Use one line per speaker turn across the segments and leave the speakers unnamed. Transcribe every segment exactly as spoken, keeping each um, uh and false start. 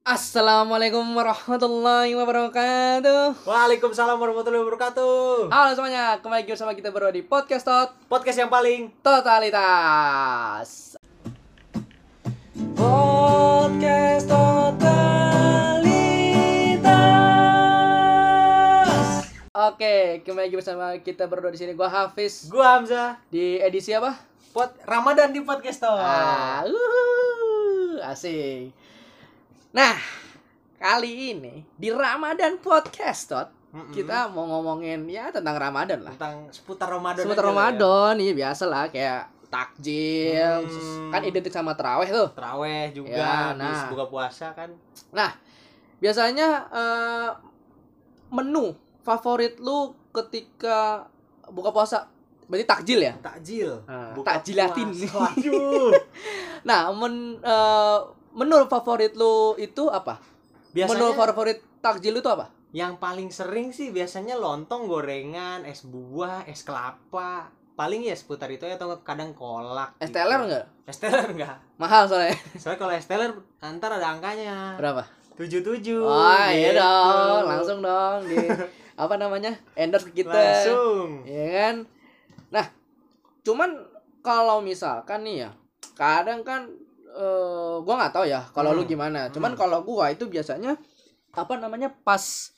Assalamualaikum warahmatullahi wabarakatuh.
Waalaikumsalam warahmatullahi wabarakatuh.
Halo semuanya, kembali lagi bersama kita berdua di Podcast Tot
Podcast yang paling
Totalitas. Podcast Totalitas. Oke, kembali lagi bersama kita berdua di sini. Gua Hafiz.
Gua Hamzah.
Di edisi apa?
Pot Ramadan di Podcast Tot.
Ah, uhuh, asik. Nah, kali ini di Ramadan Podcast Tot,
Mm-mm.
kita mau ngomongin ya tentang Ramadan lah.
Tentang seputar Ramadan.
Seputar
aja
Ramadan, iya biasa lah kayak takjil,
Hmm.
kan identik sama taraweh tuh.
Ya. Terawih juga,
Ya,
habis
nah.
buka puasa kan.
Nah, biasanya eh, menu favorit lu ketika buka puasa berarti takjil ya?
Takjil.
Nah,
Buka
takjilatin.
puasa. Waduh.
Nah, men, eh, menu favorit lu itu apa?
Biasanya
Menu favorit takjil itu apa?
yang paling sering sih biasanya lontong, gorengan, es buah, es kelapa. Paling ya seputar itu ya, atau kadang kolak.
Es
gitu.
teler enggak?
Es teler enggak?
Mahal soalnya.
Soalnya kalau es teler antar ada angkanya.
Berapa?
tujuh puluh tujuh.
Oh iya
gitu.
dong, langsung dong di apa namanya endorse ke kita,
Langsung.
ya kan? Nah, cuman kalau misalkan nih ya, kadang kan eh gua nggak tahu ya kalau lu
Hmm.
gimana. Cuman
Hmm.
kalau gua itu biasanya apa namanya pas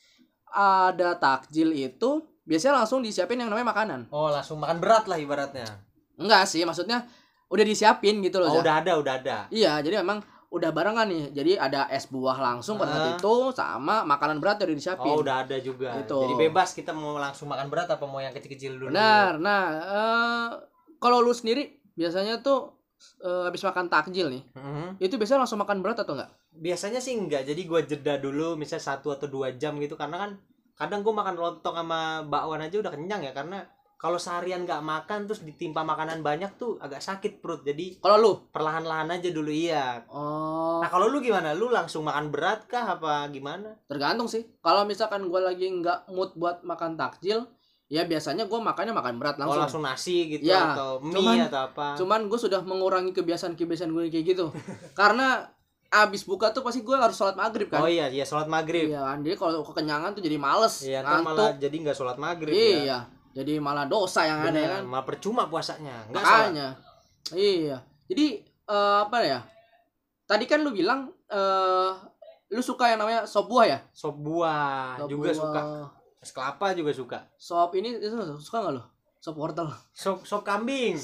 ada takjil itu biasanya langsung disiapin yang namanya makanan.
Oh, langsung makan berat lah ibaratnya.
Enggak sih, maksudnya udah disiapin gitu loh.
Oh,
Zah.
udah ada, udah ada.
Iya, jadi memang udah barengan nih. Jadi ada es buah langsung pada saat
Ah.
itu sama makanan berat yang udah disiapin.
Oh, udah ada juga.
Gitu.
Jadi bebas kita mau langsung makan berat apa mau yang kecil-kecil dulu.
Benar. Nah, eh, kalau lu sendiri biasanya tuh eh, habis makan takjil nih,
Mhm.
itu biasanya langsung makan berat atau enggak?
Biasanya sih enggak. Jadi gua jeda dulu misalnya satu atau dua jam gitu, karena kan kadang gua makan lontong sama bakwan aja udah kenyang ya, karena kalau seharian nggak makan terus ditimpa makanan banyak tuh agak sakit perut. Jadi
Kalau lu?
perlahan-lahan aja dulu iya.
Oh,
Nah, kalau lu gimana? Lu langsung makan berat kah apa gimana?
tergantung sih. Kalau misalkan gua lagi nggak mood buat makan takjil, ya biasanya gua makannya makan berat
Oh,
langsung.
langsung nasi gitu
Ya,
atau mie
cuman-
atau apa?
Cuman gue sudah mengurangi kebiasaan-kebiasaan gue kayak gitu. Karena abis buka tuh pasti gue harus sholat maghrib kan.
Oh iya, iya sholat maghrib.
Iya kan, jadi kalau kekenyangan tuh jadi males,
Iya, kan
ngantuk.
malah jadi nggak sholat maghrib ya.
Iya, jadi malah dosa yang ada ya
Bener,
kan.
malah percuma puasanya. Nggak sholat.
Makanya, iya. Jadi eh, apa ya? Tadi kan lu bilang eh lu suka yang namanya sop buah ya?
Sop buah
Sop
juga
buah.
suka. Es kelapa juga suka.
Sop ini itu suka nggak lu? Sop wortel.
Sop sop kambing.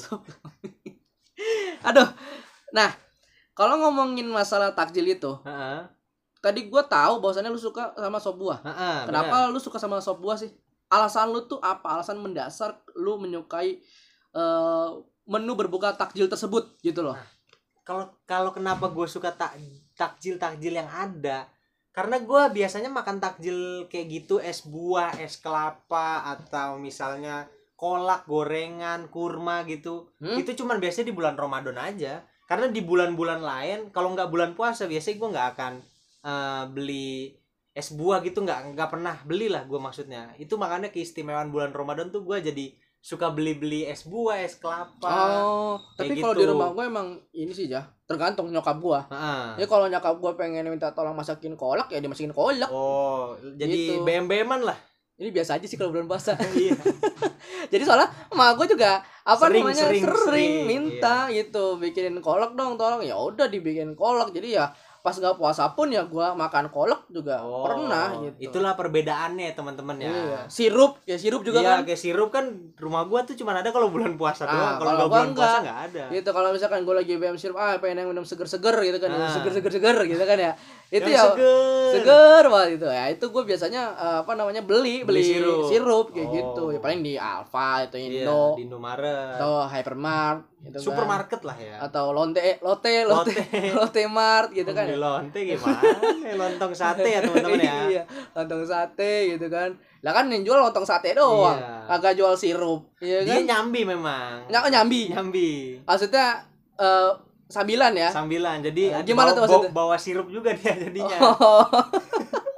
Aduh. Nah, kalau ngomongin masalah takjil itu,
Heeh.
tadi gue tahu bahwasannya lu suka sama sop buah.
Heeh.
Kenapa lu suka sama sop buah sih? Alasan lu tuh apa? Alasan mendasar lu menyukai eh, menu berbuka takjil tersebut gitu loh.
Kalau kalau kenapa gue suka tak takjil takjil yang ada? Karena gue biasanya makan takjil kayak gitu, es buah, es kelapa, atau misalnya kolak, gorengan, kurma gitu.
Hmm?
Itu cuman biasanya di bulan Ramadan aja. Karena di bulan-bulan lain, kalau nggak bulan puasa, biasanya gue nggak akan eh, beli es buah gitu, nggak nggak pernah beli lah gue maksudnya. Itu makanya keistimewaan bulan Ramadan tuh gue jadi suka beli-beli es buah, es kelapa.
Oh, tapi
kayak
kalau
gitu.
di rumah gue emang ini sih ya, tergantung nyokap gue.
Heeh.
Ya kalau nyokap gue pengen minta tolong masakin kolak ya dimasakin kolak.
Oh, jadi
Gitu.
B M B M-an lah.
Ini biasa aja sih kalau bulan puasa.
Iya.
Jadi soalnya emak gue juga apa
Sering,
namanya
sering,
sering,
sering,
minta gitu bikinin kolak dong tolong, ya udah dibikin kolak. Jadi ya pas nggak puasa pun ya gue makan kolak juga
Oh,
pernah gitu.
Itulah perbedaannya teman-teman ya.
Iya. Sirup ya sirup juga
Iya,
kan.
kayak sirup kan rumah gua tuh cuma ada kalau bulan puasa
Ah,
doang. Kalau
kalau
nggak
gua
bulan puasa
enggak.
nggak ada.
Gitu kalau misalkan gue lagi B M sirup, ah pengen yang minum seger-seger gitu kan,
Ah.
seger-seger-seger gitu kan ya. Itu
Yang
ya
seger.
seger banget gitu ya. Itu gue biasanya eh, apa namanya beli beli,
Beli sirup.
kayak
Oh.
gitu. Ya paling di Alfa atau
Iya,
Indo
di Indomaret.
atau Hypermart gitu kan.
Supermarket lah ya.
Atau lonte eh, lote lote
Lotte.
lote mart gitu kan.
Beli
Ya.
lonte gimana? Lontong sate ya teman-teman ya.
Iya, lontong sate gitu kan. Lah kan yang jual lontong sate doang.
Iya.
Agak jual sirup. Iya
Dia
kan?
nyambi memang.
Nggak nyambi.
Nyambi.
Maksudnya eh sambilan ya.
Sambilan. Jadi
Eh,
ada
gimana
bawa,
tuh maksudnya?
bawa, bawa sirup juga dia jadinya.
Oh.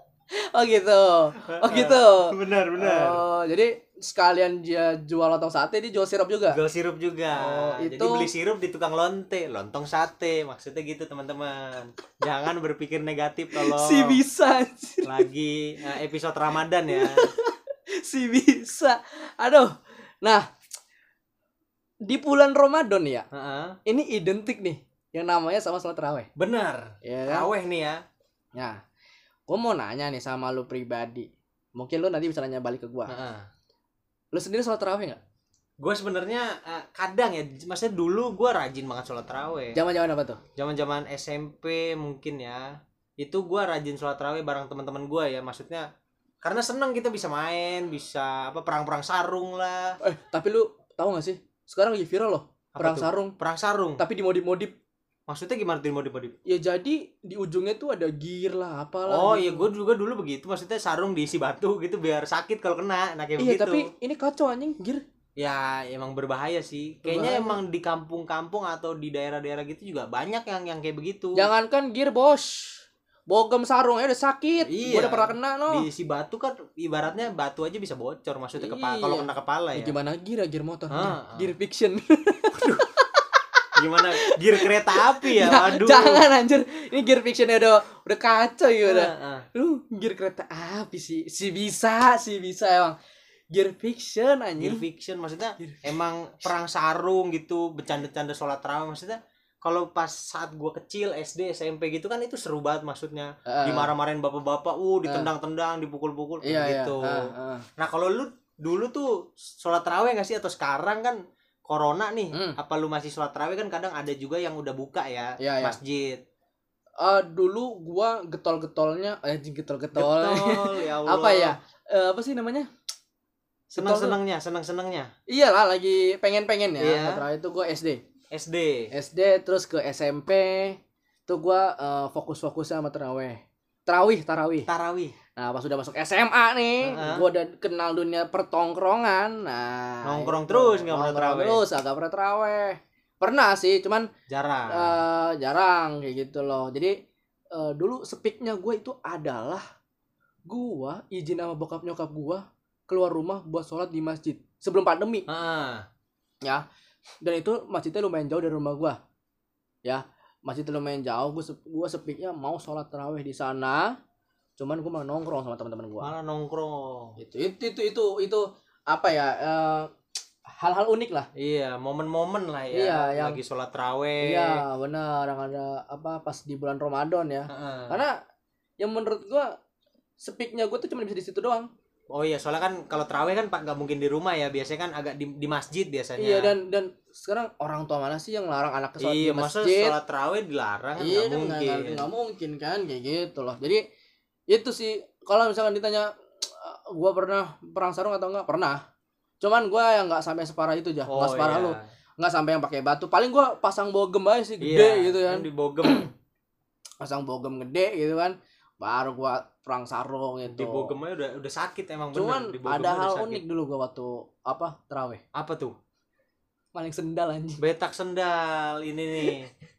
Oh gitu. Oh gitu.
Benar, benar.
Oh, jadi sekalian dia jual lontong sate, dia jual sirup juga.
Jual sirup juga.
Oh,
Jadi
itu-
beli sirup di tukang lonte, lontong sate. Maksudnya gitu, teman-teman. Jangan berpikir negatif kalau
Si bisa, anjir.
lagi eh, episode Ramadan ya.
Si bisa. Aduh. Nah, di bulan Ramadan ya,
Heeh.
ini identik nih yang namanya sama sholat tarawih.
Benar.
Ya kan?
Raweh nih ya.
Nah, gue mau nanya nih sama lu pribadi. Mungkin lu nanti bisa nanya balik ke gua.
Heeh.
Lu sendiri sholat tarawih nggak?
Gue sebenarnya eh, kadang ya, maksudnya dulu gue rajin banget sholat taraweh.
Zaman-zaman apa tuh?
Zaman-zaman S M P mungkin ya. Itu gue rajin sholat taraweh bareng teman-teman gue ya. Maksudnya karena seneng kita bisa main, bisa apa perang-perang sarung lah.
Eh, tapi lu tahu nggak sih? Sekarang lagi viral loh,
Apa
perang
tuh?
sarung.
Perang sarung.
Tapi dimodif-modif.
Maksudnya gimana tuh modif-modif?
Ya jadi di ujungnya tuh ada gear lah, apalah.
Oh
gitu.
iya, gue juga dulu begitu. Maksudnya sarung diisi batu gitu biar sakit kalau kena. Nah kayak
Iya,
begitu.
tapi ini kacau anjing gear.
Ya emang berbahaya sih. Kayaknya
Berbahaya.
emang di kampung-kampung atau di daerah-daerah gitu juga banyak yang yang kayak begitu.
Jangankan gear, Bos. Bogem sarung aja udah sakit.
Iya.
Gua udah pernah kena no.
Diisi batu kan ibaratnya batu aja bisa bocor, maksudnya kepala
Iya.
kalau kena kepala
Ya,
ya.
gimana gear ya, gear motor?
Ah,
gear, gear fiction.
Gimana gear kereta api ya?
Ya,
Aduh.
jangan anjir. Ini gear fictionnya udah udah kacau ya udah.
Ah, ah.
Lu gear kereta api sih. Si bisa, si bisa emang. Gear fiction
Gear
anjir.
fiction maksudnya
Gear
emang perang sarung gitu, bercanda-canda sholat tarawih maksudnya. Kalau pas saat gua kecil S D S M P gitu kan itu seru banget maksudnya.
Uh,
Dimarah-marahin bapak-bapak, uh ditendang-tendang, dipukul-pukul
iya,
kayak gitu.
Iya, uh, uh.
Nah, kalau lu dulu tuh sholat tarawih nggak sih atau sekarang kan corona nih,
Hmm.
apa lu masih sholat tarawih? Kan kadang ada juga yang udah buka ya,
Iya, iya.
masjid.
Uh, dulu gua getol-getolnya eh anjing getol-getol.
Getol, ya Allah.
Apa ya? Eh, apa sih namanya? Getol tuh-
Seneng-senengnya, seneng-senengnya.
Iyalah lagi pengen-pengen ya.
Iya.
Setelah itu gua S D.
S D.
S D terus ke S M P. Tuh gua eh, fokus-fokusnya sama tarawih. Tarawih, tarawih.
Tarawih.
Nah, pas sudah masuk S M A nih,
Heeh.
gua udah kenal dunia pertongkrongan. Nah,
Nongkrong
itu.
terus nggak pernah
Nongkrong
tarawih?
Terus agak pernah tarawih. Pernah sih, cuman
Jarang.
eh, jarang kayak gitu loh. Jadi eh, dulu sepiknya gue itu adalah gua izin sama bokap nyokap gua keluar rumah buat sholat di masjid sebelum pandemi.
Heeh.
Ya, dan itu masjidnya lumayan jauh dari rumah gua. Ya, masjidnya lumayan jauh. Gua sep- gua sepiknya mau sholat tarawih di sana. Cuman gua mau nongkrong sama teman-teman gua.
Malah nongkrong.
Itu itu itu itu itu apa ya? eh, hal-hal unik lah.
Iya, momen-momen lah ya.
Iya, yang-
lagi sholat tarawih.
Iya, benar. Yang ada apa pas di bulan Ramadan ya.
Heeh.
Karena yang menurut gua sepiknya gua tuh cuma bisa di situ doang.
Oh iya, soalnya kan kalau tarawih kan pak nggak mungkin di rumah ya, biasanya kan agak di, di masjid biasanya.
Iya, dan dan sekarang orang tua mana sih yang larang anak ke sholat
Iya,
di
masa
masjid?
sholat tarawih dilarang kan
Iya
nggak
kan
mungkin.
nggak nggak mungkin kan kayak gitu loh. Jadi itu sih kalau misalkan ditanya "Eh, gua pernah perang sarung atau enggak, pernah. Cuman gua yang nggak sampai separah itu aja, nggak
Oh
separah
iya.
lu, nggak sampai yang pakai batu. Paling gua pasang bogem aja sih gede
Iya,
gitu kan,
kan di bogem.
pasang bogem gede gitu kan, baru gua perang sarung itu.
Di bogem aja udah udah sakit emang bener.
Cuman
Di bogem
ada
aja
hal
udah sakit.
unik dulu gua waktu apa terawih,
Apa tuh?
maling sendal anjing.
Betak sendal ini nih.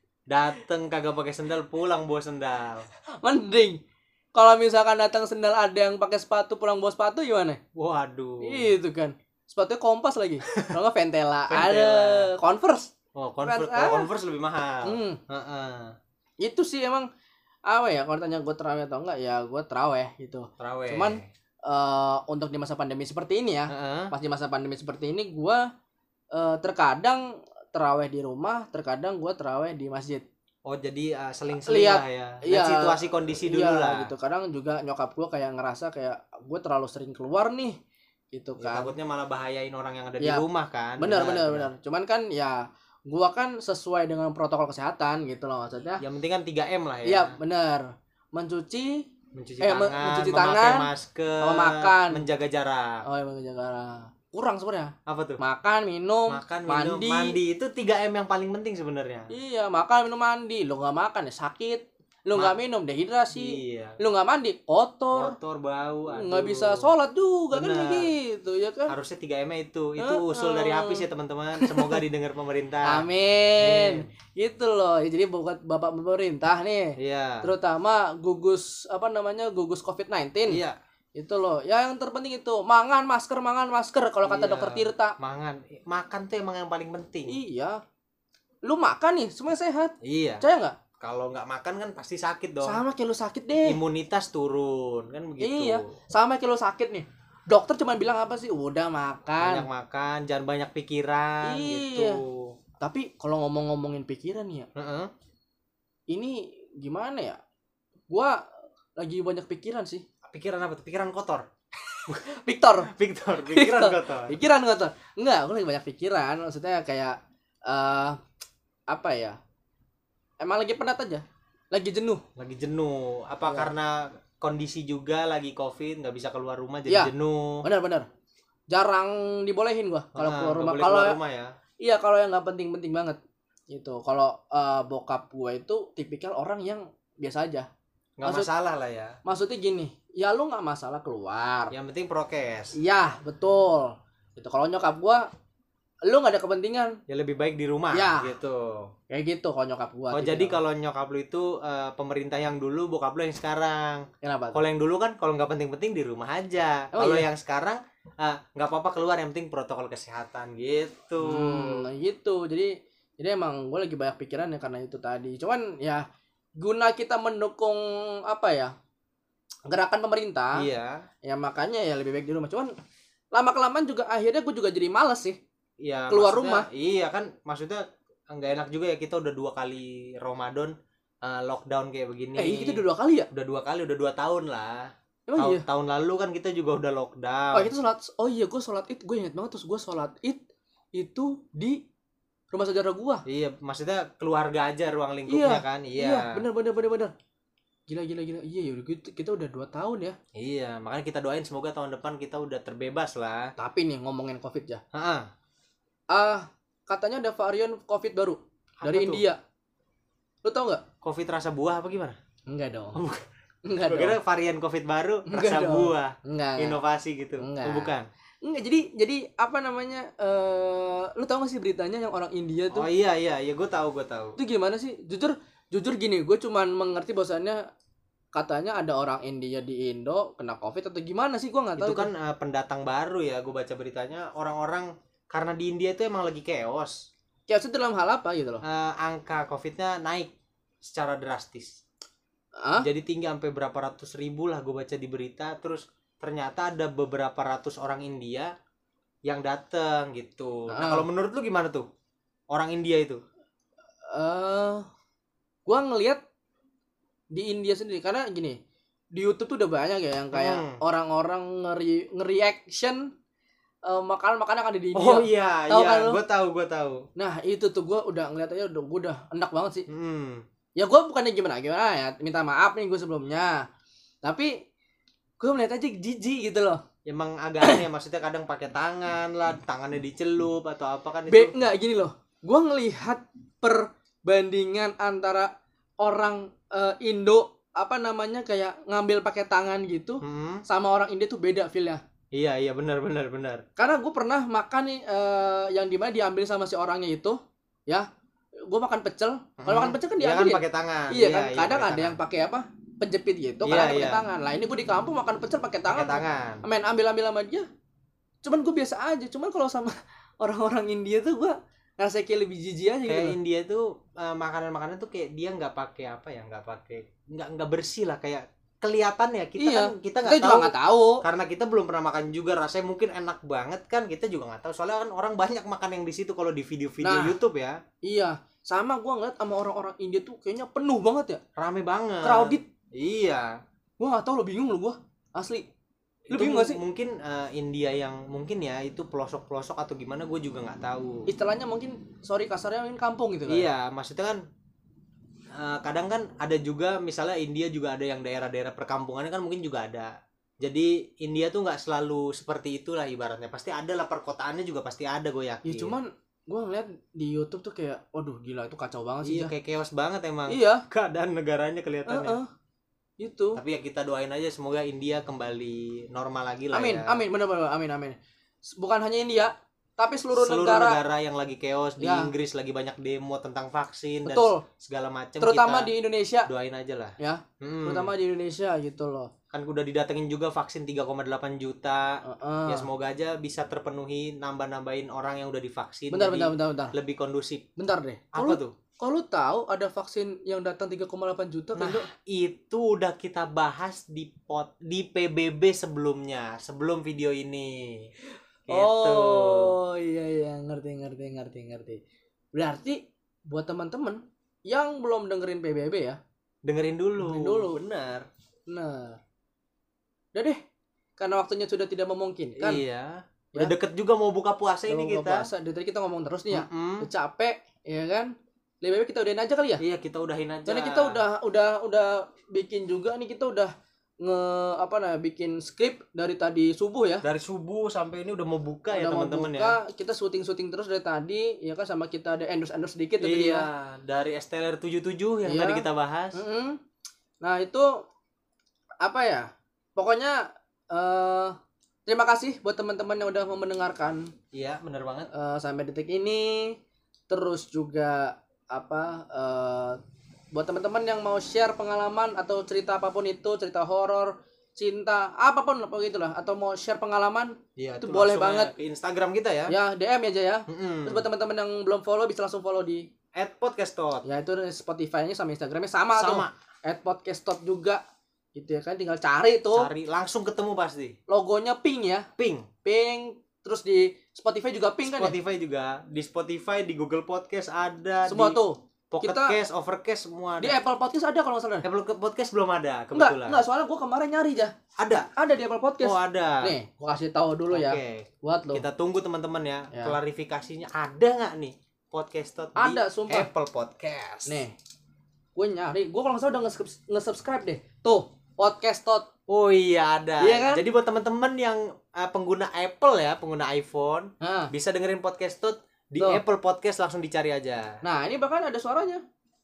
Dateng kagak pakai sendal, pulang bawa sendal.
Mending kalau misalkan datang sendal ada yang pakai sepatu pulang bawa sepatu gimana?
Waduh.
Itu kan. Sepatunya Kompas lagi. Kalau nggak Ventela.
Ventela.
Ada Converse.
Oh, Converse,
Ah.
kalau Converse lebih mahal.
Hmm.
Heeh.
Itu sih emang apa ya, kalau tanya gue terawih atau enggak ya gue terawih gitu.
Tarawih.
Cuman eh, untuk di masa pandemi seperti ini ya,
Heeh.
pas di masa pandemi seperti ini gue eh, terkadang terawih di rumah, terkadang gue terawih di masjid.
Oh, jadi uh, seling-seling
Lihat,
lah ya. Lihat
iya,
situasi kondisi dulu
Iya,
lah.
gitu. Kadang juga nyokap gue kayak ngerasa kayak gue terlalu sering keluar nih gitu
Ya,
kan.
takutnya malah bahayain orang yang ada
Ya,
di rumah kan.
Benar, benar, benar. Cuman kan ya gua kan sesuai dengan protokol kesehatan gitu loh maksudnya.
Yang penting kan tiga M lah ya.
Iya, benar. Mencuci,
Mencuci
Eh,
tangan,
men- mencuci
memakai
tangan,
masker,
sama makan.
menjaga jarak.
oh ya menjaga jarak. Kurang sebenarnya.
Apa tuh?
Makan, minum,
Makan, minum,
mandi.
mandi. Itu tiga M yang paling penting sebenarnya.
Iya, makan, minum, mandi. Lo nggak makan ya sakit. Lu
Ma-
nggak minum dehidrasi.
Iya.
Lu nggak mandi kotor.
Kotor, bau,
Nggak
aduh.
bisa sholat juga kan
Bener.
begitu ya kan.
Harusnya tiga M itu. Itu
Heeh.
usul dari Hafiz ya teman-teman. Semoga didengar pemerintah.
Amin. Gitu loh. Jadi buat Bapak pemerintah nih,
Iya.
terutama gugus apa namanya? gugus covid sembilan belas.
Iya.
Itu loh. Ya yang terpenting itu mangan masker, mangan masker kalau kata
Iya.
dokter Tirta.
Mangan. Makan tuh emang yang paling penting.
Iya. Lu makan nih, semuanya sehat.
Iya.
Percaya nggak?
Kalau nggak makan kan pasti sakit dong.
Sama kayak lu sakit deh.
Imunitas turun kan begitu.
Iya. Sama kayak lu sakit nih. Dokter cuma bilang apa sih? Udah
Banyak
makan.
makan, jangan banyak pikiran
Iya.
gitu.
Tapi kalau ngomong-ngomongin pikiran nih ya,
Heeh.
ini gimana ya? Gua lagi banyak pikiran sih.
Pikiran apa tuh? Pikiran kotor.
Victor,
Victor, pikiran kotor.
pikiran gua tuh. Enggak, gua lagi banyak pikiran. Maksudnya kayak eh apa ya? Emang lagi penat aja. Lagi jenuh.
Lagi jenuh. Apa
Iya.
karena kondisi juga lagi Covid, nggak bisa keluar rumah
Iya.
jadi jenuh.
Benar-benar. Jarang dibolehin gua kalau
Ah,
keluar
nggak
rumah.
boleh
Kalau
keluar rumah ya.
iya, kalau yang nggak penting-penting banget. Gitu. Kalau eh, bokap gua itu tipikal orang yang biasa aja.
Nggak
Maksud-
masalah lah ya.
Maksudnya gini, ya lu nggak masalah keluar.
Yang penting prokes.
Iya, betul. Itu kalau nyokap gua, lu nggak ada kepentingan.
Ya lebih baik di rumah
Ya.
gitu.
Kayak gitu kalau nyokap gua.
Oh
tipikal.
jadi kalau nyokap lu itu eh, pemerintah yang dulu, bokap lu yang sekarang.
kenapa? tuh?
Kalau yang dulu kan kalau nggak penting-penting di rumah aja.
Oh,
Kalau
iya?
yang sekarang eh, nggak apa-apa keluar, yang penting protokol kesehatan gitu.
Hmm, nah gitu. Jadi jadi emang gua lagi banyak pikiran ya karena itu tadi. Cuman ya guna kita mendukung apa ya? Gerakan pemerintah.
Iya.
Ya makanya ya lebih baik di rumah. Cuman lama kelamaan juga akhirnya gue juga jadi males sih.
Iya.
Keluar
maksudnya-
rumah.
Iya kan, maksudnya nggak enak juga ya, kita udah dua kali Ramadan eh, lockdown kayak begini.
Eh, itu udah dua kali ya?
Udah dua kali, udah dua tahun lah.
Emang
Tahun-
iya?
Tahun lalu kan kita juga udah lockdown.
Oh, itu sholat. Oh iya, gue sholat id. Gue inget banget terus gue sholat id itu di rumah saudara gue.
Iya, maksudnya keluarga aja ruang lingkupnya
Iya,
kan. Iya.
Iya, bener bener bener bener. Gila gila gila. Iya ya, kita, kita udah dua tahun ya.
Iya, makanya kita doain semoga tahun depan kita udah terbebas lah.
Tapi nih ngomongin covid ya.
Heeh.
Ah, katanya ada varian covid baru
Apa
dari
tuh?
India. Lu tau nggak?
Covid rasa buah apa gimana?
Enggak dong.
Oh, bukan.
Enggak
Gua
dong.
kira varian Covid baru
Enggak
rasa
dong.
buah,
Enggak.
inovasi gitu.
Enggak.
Oh, bukan.
Enggak, jadi jadi apa namanya? Eh, lu tau gak sih beritanya yang orang India tuh?
Oh iya iya iya, gue tahu gue tahu.
Itu gimana sih? Jujur jujur gini, gue cuman mengerti bahwasannya katanya ada orang India di Indo kena covid atau gimana sih, gue nggak tahu
Itu kan eh, pendatang baru ya, gue baca beritanya, orang-orang karena di India itu emang lagi chaos.
kayak itu dalam hal apa gitu loh.
Eh, angka Covidnya naik secara drastis.
Hah?
Jadi tinggi sampai berapa ratus ribu lah, gue baca di berita. Terus ternyata ada beberapa ratus orang India yang dateng gitu. Nah,
Ah.
kalau menurut lu gimana tuh orang India itu?
Eh gue ngelihat di India sendiri karena gini, di YouTube tuh udah banyak ya yang kayak
Hmm.
orang-orang ngeri nge-reaction eh, makanan-makanan yang ada di India.
Oh iya
Tahu
iya,
kan lu?
gue tahu gue tahu.
Nah, itu tuh gue udah ngeliat aja udah gue udah enak banget sih.
Hmm.
Ya gue bukannya gimana gimana ya, minta maaf nih gue sebelumnya. Tapi gue melihat aja jijik gitu loh.
Emang agak aneh, maksudnya kadang pakai tangan lah, tangannya dicelup atau apa kan
B
itu.
nggak gini loh. Gue ngelihat perbandingan antara orang eh, Indo apa namanya kayak ngambil pakai tangan gitu
Hmm.
sama orang India tuh beda feelnya.
Iya iya, benar benar benar.
Karena gue pernah makan nih eh, yang dimana diambil sama si orangnya itu, ya. Gue makan pecel. Kalau makan pecel kan
Iya kan
diambil.
pakai tangan.
Iya kan. Kadang
pakai
ada yang
tangan.
pakai apa? Penjepit gitu.
Iya,
Kadang ada pakai
iya.
tangan. Lah ini gue di kampung makan pecel pakai tangan.
pakai tangan.
Main ambil-ambil sama dia. Cuman gue biasa aja. Cuman kalau sama orang-orang India tuh gue ngerasa kayak lebih jijik aja
Kayak
gitu.
India tuh eh, makanan-makanan tuh kayak dia nggak pakai apa ya, nggak pakai nggak nggak bersih lah, kayak kelihatan ya kita
Iya.
kan kita
Kita
nggak
juga
tahu
nggak tahu.
karena kita belum pernah makan juga, rasanya mungkin enak banget kan, kita juga nggak tahu soalnya kan orang banyak makan yang di situ kalau di video-video
Nah.
YouTube ya,
Iya. Sama gue ngeliat sama orang-orang India tuh kayaknya penuh banget ya.
rame banget.
Crowded.
Iya.
Gue nggak tahu lo bingung lo gue. Asli. Lu
Itu
bingung gak sih?
mungkin eh, India yang mungkin ya itu pelosok-pelosok atau gimana, gue juga nggak tahu.
Istilahnya mungkin sorry kasarnya mungkin kampung gitu kan.
Iya, maksudnya kan eh, kadang kan ada juga misalnya India juga ada yang daerah-daerah perkampungannya kan mungkin juga ada. Jadi India tuh nggak selalu seperti itulah ibaratnya. Pasti ada lah, perkotaannya juga pasti ada, gue yakin.
Ya cuman gue ngeliat di YouTube tuh kayak waduh gila itu kacau banget sih.
Iya, kayak chaos banget emang.
Iya.
Keadaan negaranya kelihatannya.
Uh-uh. Itu.
Tapi ya kita doain aja semoga India kembali normal lagi lah
amin,
ya.
Amin, benar-benar amin amin. Bukan hanya India, tapi seluruh,
seluruh
negara.
negara yang lagi chaos di
ya.
Inggris lagi banyak demo tentang vaksin.
Betul.
Dan segala macam.
Terutama
kita
di Indonesia.
Doain aja lah.
Ya.
Hmm.
Terutama di Indonesia gitu loh.
Kan udah didatengin juga vaksin tiga koma delapan juta.
Uh-uh.
Ya semoga aja bisa terpenuhi, nambah-nambahin orang yang udah divaksin.
Bentar,
jadi
bentar, bentar, bentar.
lebih kondusif.
Bentar deh.
Apa
Kalo,
tuh?
Kalau lu tahu ada vaksin yang datang tiga koma delapan juta kan?
Nah, itu udah kita bahas di pot di P B B sebelumnya, sebelum video ini. Gitu.
Oh, iya iya, ngerti ngerti ngerti ngerti. Berarti buat teman-teman yang belum dengerin P B B ya,
dengerin dulu.
Dengerin dulu.
Benar.
Nah. Udah deh. Karena waktunya sudah tidak memungkinkan.
Iya. Udah ya. Deket juga mau buka puasa
udah
ini
buka
kita.
Puasa. Dari tadi kita ngomong terus nih ya.
Mm-hmm.
Udah capek, ya kan? Lebih baik kita udahin aja kali ya?
Iya, kita udahin aja.
Karena kita udah udah udah bikin juga nih, kita udah nge apa nah bikin skrip dari tadi subuh ya.
Dari subuh sampai ini udah mau buka udah ya teman-teman ya.
Kita syuting-syuting terus dari tadi, ya kan, sama kita ada endorse-endorse sedikit
iya,
ya.
dari Esteller tujuh puluh tujuh yang iya. tadi kita bahas.
Mm-hmm. Nah, itu apa ya? Pokoknya uh, terima kasih buat teman-teman yang udah mau mendengarkan.
Iya, benar banget.
Uh, sampai detik ini. Terus juga apa uh, buat teman-teman yang mau share pengalaman atau cerita apapun itu, cerita horor, cinta, apapun apa gitulah, atau mau share pengalaman,
ya,
itu boleh banget
ke Instagram kita ya.
Ya, D M aja ya.
Mm-hmm.
Terus buat teman-teman yang belum follow bisa langsung follow di
at podcastot.
Ya, itu Spotify-nya sama Instagramnya sama,
sama.
tuh. at podcastot juga. Gitu ya kan, tinggal cari tuh.
Cari langsung ketemu pasti.
Logonya pink ya.
Pink.
Pink. Terus di Spotify juga pink kan ya?
Spotify juga, di Spotify, di Google Podcast ada,
semua
di
tuh.
Pocket
Kita,
Cast, Overcast semua ada.
Di Apple Podcast ada kalau nggak salah.
Apple Podcast belum ada kebetulan.
Enggak, enggak, soalnya gue kemarin nyari aja.
Ada.
Ada di Apple Podcast.
Oh, ada.
Nih, gue kasih tahu dulu ya.
Oke.
Buat lo.
Kita tunggu teman-teman ya,
ya.
klarifikasinya ada nggak nih podcast
ada,
di
sumpah.
Apple Podcast.
Nih. Gue nyari, gue kalau nggak salah udah nge-subscribe deh. Tuh, Podcast Tot.
Oh iya ada.
Iya kan?
Jadi buat teman-teman yang uh, pengguna Apple ya, pengguna iPhone,
nah.
bisa dengerin podcast tuh di
Tuh.
Apple Podcast, langsung dicari aja.
Nah, ini bahkan ada suaranya.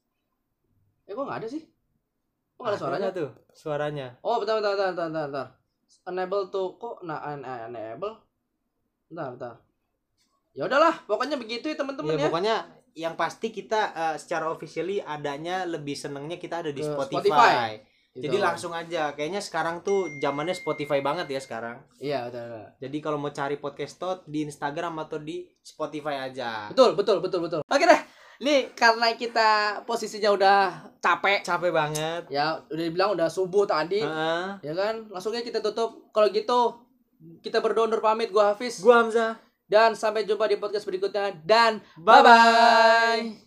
Eh, kok nggak ada sih? Kok nggak ada suaranya
tuh? Suaranya.
Oh, bentar, bentar, bentar, bentar, bentar. Enable tuh kok nah enable. Bentar, bentar. Ya udahlah, pokoknya begitu ya teman-teman ya.
Ya pokoknya yang pasti kita uh, secara officially adanya lebih senengnya kita ada di
Ke
Spotify.
Spotify.
Jadi gitu. Langsung aja. Kayaknya sekarang tuh zamannya Spotify banget ya sekarang.
Iya, betul, betul.
Jadi kalau mau cari podcast tot di Instagram atau di Spotify aja.
Betul, betul, betul, betul. Oke deh. Nih karena kita posisinya udah capek.
Capek banget.
Ya, udah dibilang udah subuh tadi.
Uh-huh.
Ya kan? Langsungnya kita tutup. Kalau gitu kita berdua undur pamit. Gua Hafiz.
Gua Hamzah.
Dan sampai jumpa di podcast berikutnya. Dan bye-bye.